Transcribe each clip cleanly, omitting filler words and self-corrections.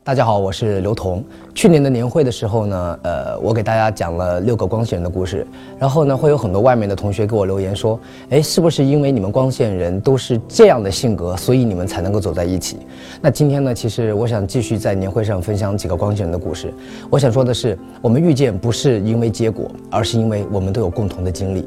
大家好，我是刘彤。去年的年会的时候呢，我给大家讲了6个光线人的故事，然后呢，会有很多外面的同学给我留言说，是不是因为你们光线人都是这样的性格，所以你们才能够走在一起？那今天呢，其实我想继续在年会上分享几个光线人的故事。我想说的是，我们遇见不是因为结果，而是因为我们都有共同的经历。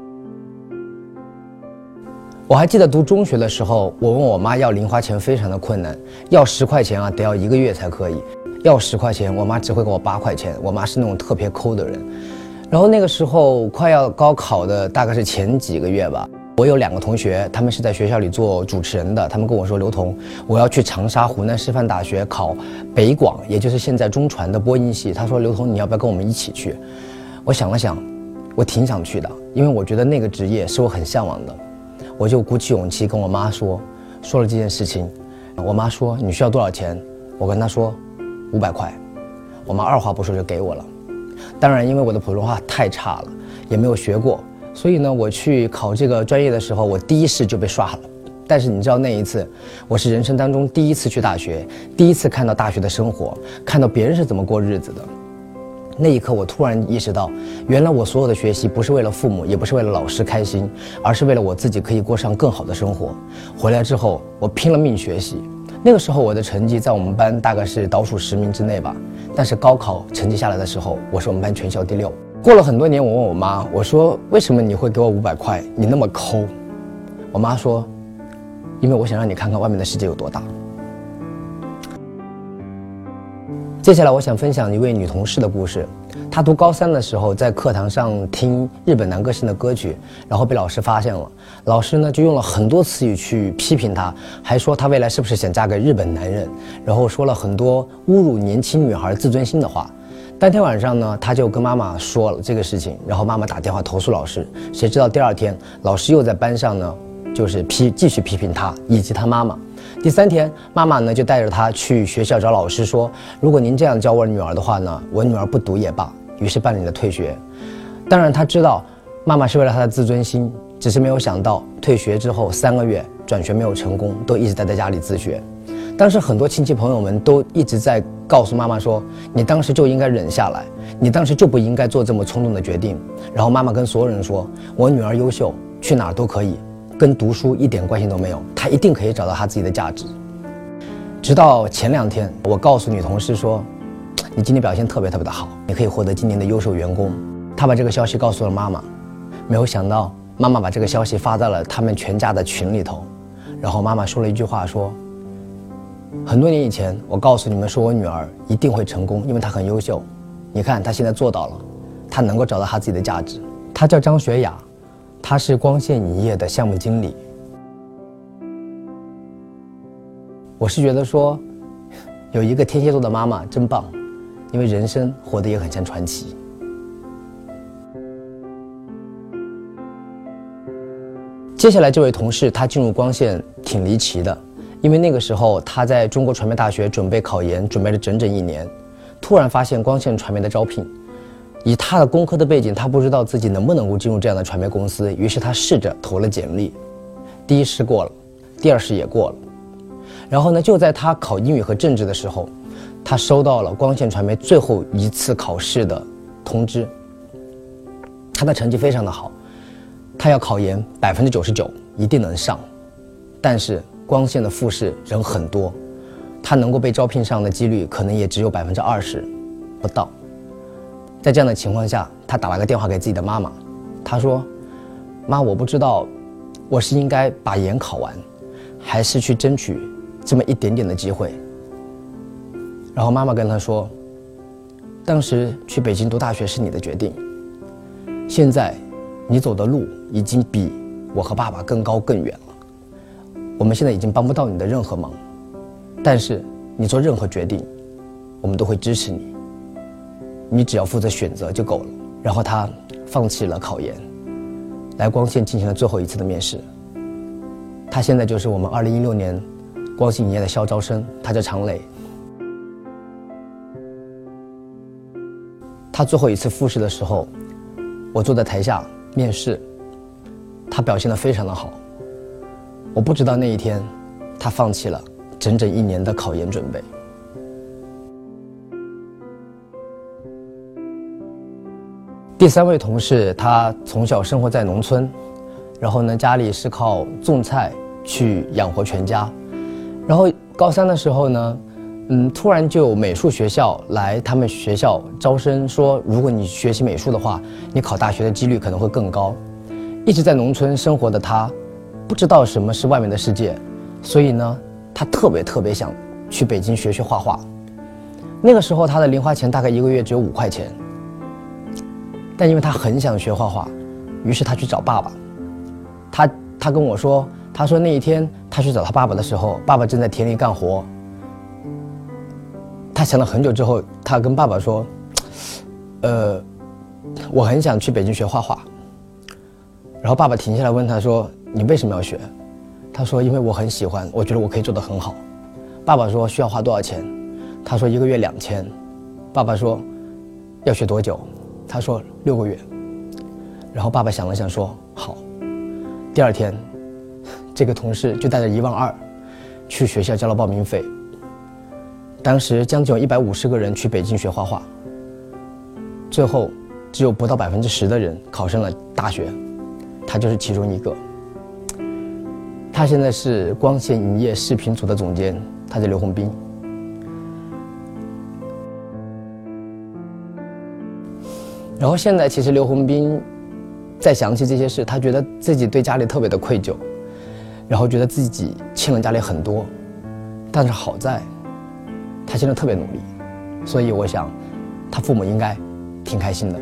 我还记得读中学的时候，我问我妈要零花钱非常的困难，要10块钱啊，得要1个月才可以。要10块钱，我妈只会给我8块钱。我妈是那种特别抠的人。然后那个时候快要高考的，大概是前几个月吧。我有2个同学，他们是在学校里做主持人的。他们跟我说：“刘彤，我要去长沙湖南师范大学考北广，也就是现在中传的播音系。”他说：“刘彤，你要不要跟我们一起去？”我想了想，我挺想去的，因为我觉得那个职业是我很向往的。我就鼓起勇气跟我妈说了这件事情。我妈说：“你需要多少钱？”我跟她说：“500块。”我妈二话不说就给我了。当然，因为我的普通话太差了，也没有学过，所以呢，我去考这个专业的时候，我第一试就被刷了。但是你知道那一次，我是人生当中第一次去大学，第一次看到大学的生活，看到别人是怎么过日子的。那一刻，我突然意识到，原来我所有的学习不是为了父母，也不是为了老师开心，而是为了我自己可以过上更好的生活。回来之后，我拼了命学习。那个时候，我的成绩在我们班大概是倒数10名之内吧。但是高考成绩下来的时候，我是我们班全校第6。过了很多年，我问我妈，我说：“为什么你会给我500块？你那么抠？”我妈说：“因为我想让你看看外面的世界有多大。”接下来我想分享一位女同事的故事。她读高3的时候，在课堂上听日本男歌星的歌曲，然后被老师发现了。老师呢就用了很多词语去批评她，还说她未来是不是想嫁给日本男人，然后说了很多侮辱年轻女孩自尊心的话。当天晚上呢，她就跟妈妈说了这个事情，然后妈妈打电话投诉老师。谁知道第2天，老师又在班上呢，就是继续批评她以及她妈妈。第3天，妈妈呢就带着她去学校找老师说：“如果您这样教我女儿的话呢，我女儿不读也罢。”于是办理了退学。当然，她知道妈妈是为了她的自尊心，只是没有想到退学之后3个月转学没有成功，都一直待在家里自学。当时很多亲戚朋友们都一直在告诉妈妈说：“你当时就应该忍下来，你当时就不应该做这么冲动的决定。”然后妈妈跟所有人说：“我女儿优秀，去哪儿都可以。”跟读书一点关系都没有，她一定可以找到她自己的价值。直到前2天，我告诉女同事说：“你今天表现特别的好，你可以获得今年的优秀员工。”她把这个消息告诉了妈妈，没有想到妈妈把这个消息发在了他们全家的群里头。然后妈妈说了一句话说：“很多年以前，我告诉你们说我女儿一定会成功，因为她很优秀。你看她现在做到了，她能够找到她自己的价值。”她叫张学雅。他是光线影业的项目经理。我是觉得说，有一个天蝎座的妈妈真棒，因为人生活得也很像传奇。接下来这位同事，他进入光线挺离奇的，因为那个时候他在中国传媒大学准备考研，准备了整整1年，突然发现光线传媒的招聘。以他的工科的背景，他不知道自己能不能够进入这样的传媒公司，于是他试着投了简历。第1试过了，第2试也过了。然后呢，就在他考英语和政治的时候，他收到了光线传媒最后一次考试的通知。他的成绩非常的好，他要考研99%一定能上，但是光线的复试人很多，他能够被招聘上的几率可能也只有20%不到。在这样的情况下，他打了个电话给自己的妈妈，他说：“妈，我不知道我是应该把研考完，还是去争取这么一点点的机会。”然后妈妈跟他说：“当时去北京读大学是你的决定，现在你走的路已经比我和爸爸更高更远了，我们现在已经帮不到你的任何忙，但是你做任何决定，我们都会支持你。你只要负责选择就够了。”然后他放弃了考研，来光线进行了最后一次的面试。他现在就是我们2016年光线影业的校招生，他叫常磊。他最后一次复试的时候，我坐在台下面试，他表现得非常的好。我不知道那一天他放弃了整整1年的考研准备。 第3位同事，他从小生活在农村，然后呢，家里是靠种菜去养活全家。然后高3的时候呢，突然就有美术学校来他们学校招生，说如果你学习美术的话，你考大学的几率可能会更高。一直在农村生活的他，不知道什么是外面的世界，所以呢，他特别想去北京学画画。那个时候他的零花钱大概1个月只有5块钱，但因为他很想学画画，于是他去找爸爸。他跟我说，他说那一天他去找他爸爸的时候，爸爸正在田里干活。他想了很久之后，他跟爸爸说，我很想去北京学画画。然后爸爸停下来问他说，你为什么要学？他说因为我很喜欢，我觉得我可以做得很好。爸爸说需要花多少钱？他说1个月2000。爸爸说要学多久？他说6个月。然后爸爸想了想说好。第2天，这个同事就带着1万2去学校交了报名费。当时将近有150个人去北京学画画，最后只有不到10%的人考上了大学，他就是其中一个。他现在是光线影业视频组的总监，他叫刘洪斌。然后现在其实刘洪斌在想起这些事，他觉得自己对家里特别的愧疚，然后觉得自己欠了家里很多，但是好在他现在特别努力，所以我想他父母应该挺开心的。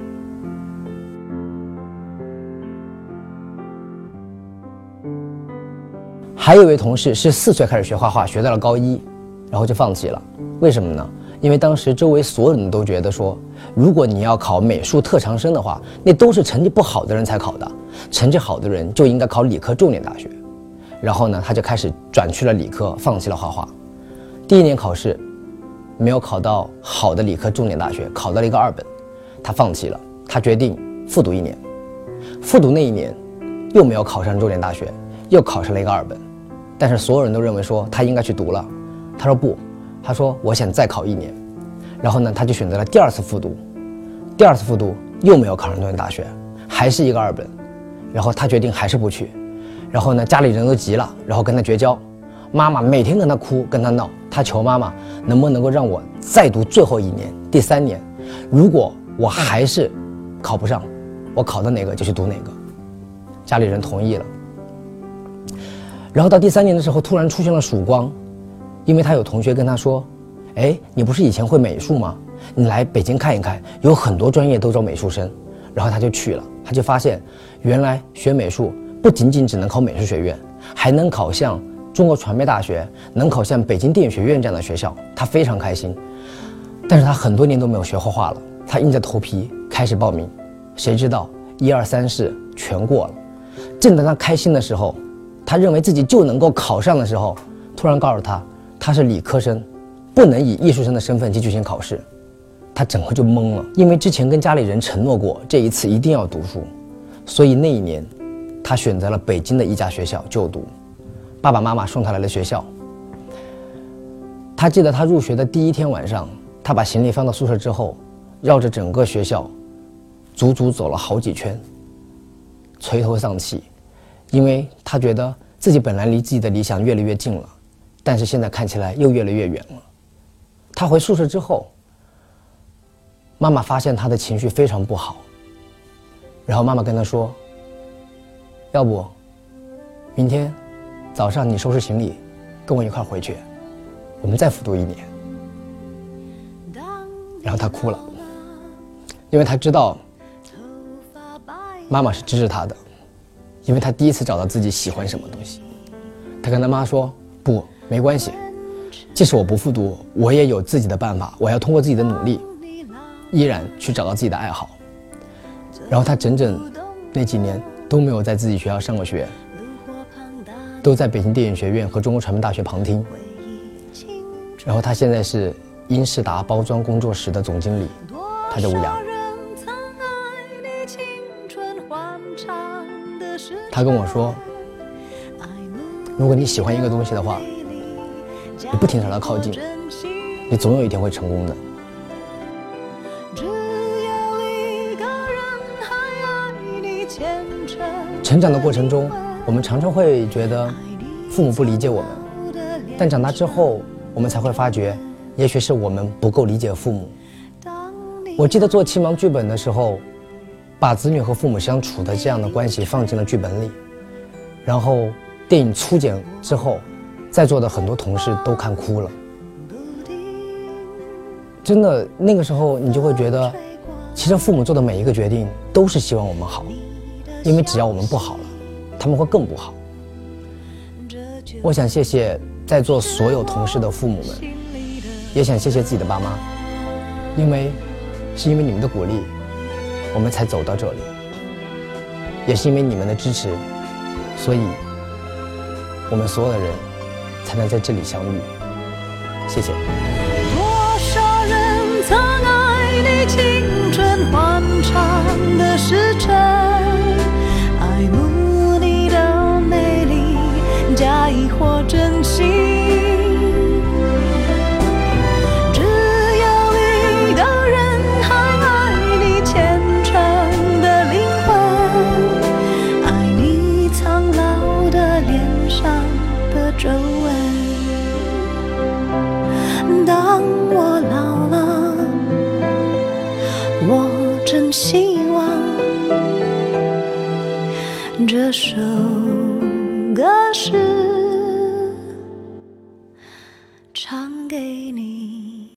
还有一位同事是4岁开始学画画，学到了高1，然后就放弃了。为什么呢？因为当时周围所有人都觉得说，如果你要考美术特长生的话，那都是成绩不好的人才考的，成绩好的人就应该考理科重点大学。然后呢，他就开始转去了理科，放弃了画画。第1年考试没有考到好的理科重点大学，考到了一个2本，他放弃了，他决定复读1年。复读那1年又没有考上重点大学，又考上了一个2本，但是所有人都认为说他应该去读了。他说不，他说我想再考1年。然后呢，他就选择了第2次复读。第2次复读又没有考上重点大学，还是一个2本。然后他决定还是不去。然后呢，家里人都急了，然后跟他绝交。妈妈每天跟他哭，跟他闹，他求妈妈能不能够让我再读最后1年，第3年，如果我还是考不上，我考到哪个就去读哪个。家里人同意了。然后到第3年的时候，突然出现了曙光，因为他有同学跟他说，哎，你不是以前会美术吗？你来北京看一看，有很多专业都招美术生。然后他就去了，他就发现原来学美术不仅仅只能考美术学院，还能考像中国传媒大学，能考像北京电影学院这样的学校，他非常开心。但是他很多年都没有学画画了，他硬着头皮开始报名，谁知道1、2、3试全过了。正当他开心的时候，他认为自己就能够考上的时候，突然告诉他，他是理科生，不能以艺术生的身份去进行考试。他整个就懵了，因为之前跟家里人承诺过，这一次一定要读书，所以那1年，他选择了北京的一家学校就读。爸爸妈妈送他来了学校。他记得他入学的第1天晚上，他把行李放到宿舍之后，绕着整个学校，足足走了好几圈，垂头丧气，因为他觉得自己本来离自己的理想越来越近了，但是现在看起来又越来越远了。他回宿舍之后，妈妈发现他的情绪非常不好，然后妈妈跟他说，要不明天早上你收拾行李跟我一块回去，我们再复读1年。然后他哭了，因为他知道妈妈是支持他的，因为他第1次找到自己喜欢什么东西。他跟他妈说，不，没关系，即使我不复读，我也有自己的办法，我要通过自己的努力依然去找到自己的爱好。然后他整整那几年都没有在自己学校上过学，都在北京电影学院和中国传媒大学旁听。然后他现在是英仕达包装工作室的总经理，他叫吴阳。他跟我说，如果你喜欢一个东西的话，你不停朝它靠近，你总有一天会成功的。 成长的过程中，我们常常会觉得父母不理解我们，但长大之后，我们才会发觉，也许是我们不够理解父母。我记得做七盲剧本的时候，把子女和父母相处的这样的关系放进了剧本里，然后电影初剪之后，在座的很多同事都看哭了。真的，那个时候你就会觉得，其实父母做的每一个决定都是希望我们好，因为只要我们不好了，他们会更不好。我想谢谢在座所有同事的父母们，也想谢谢自己的爸妈，因为你们的鼓励，我们才走到这里，也是因为你们的支持，所以我们所有的人才能在这里相遇。谢谢。 多少人曾爱你青春欢畅的时辰，爱慕你的美丽，假意或真心。只有一个人还爱你虔诚的灵魂，爱你苍老的脸上的皱纹。当我老了，我真希望这首歌是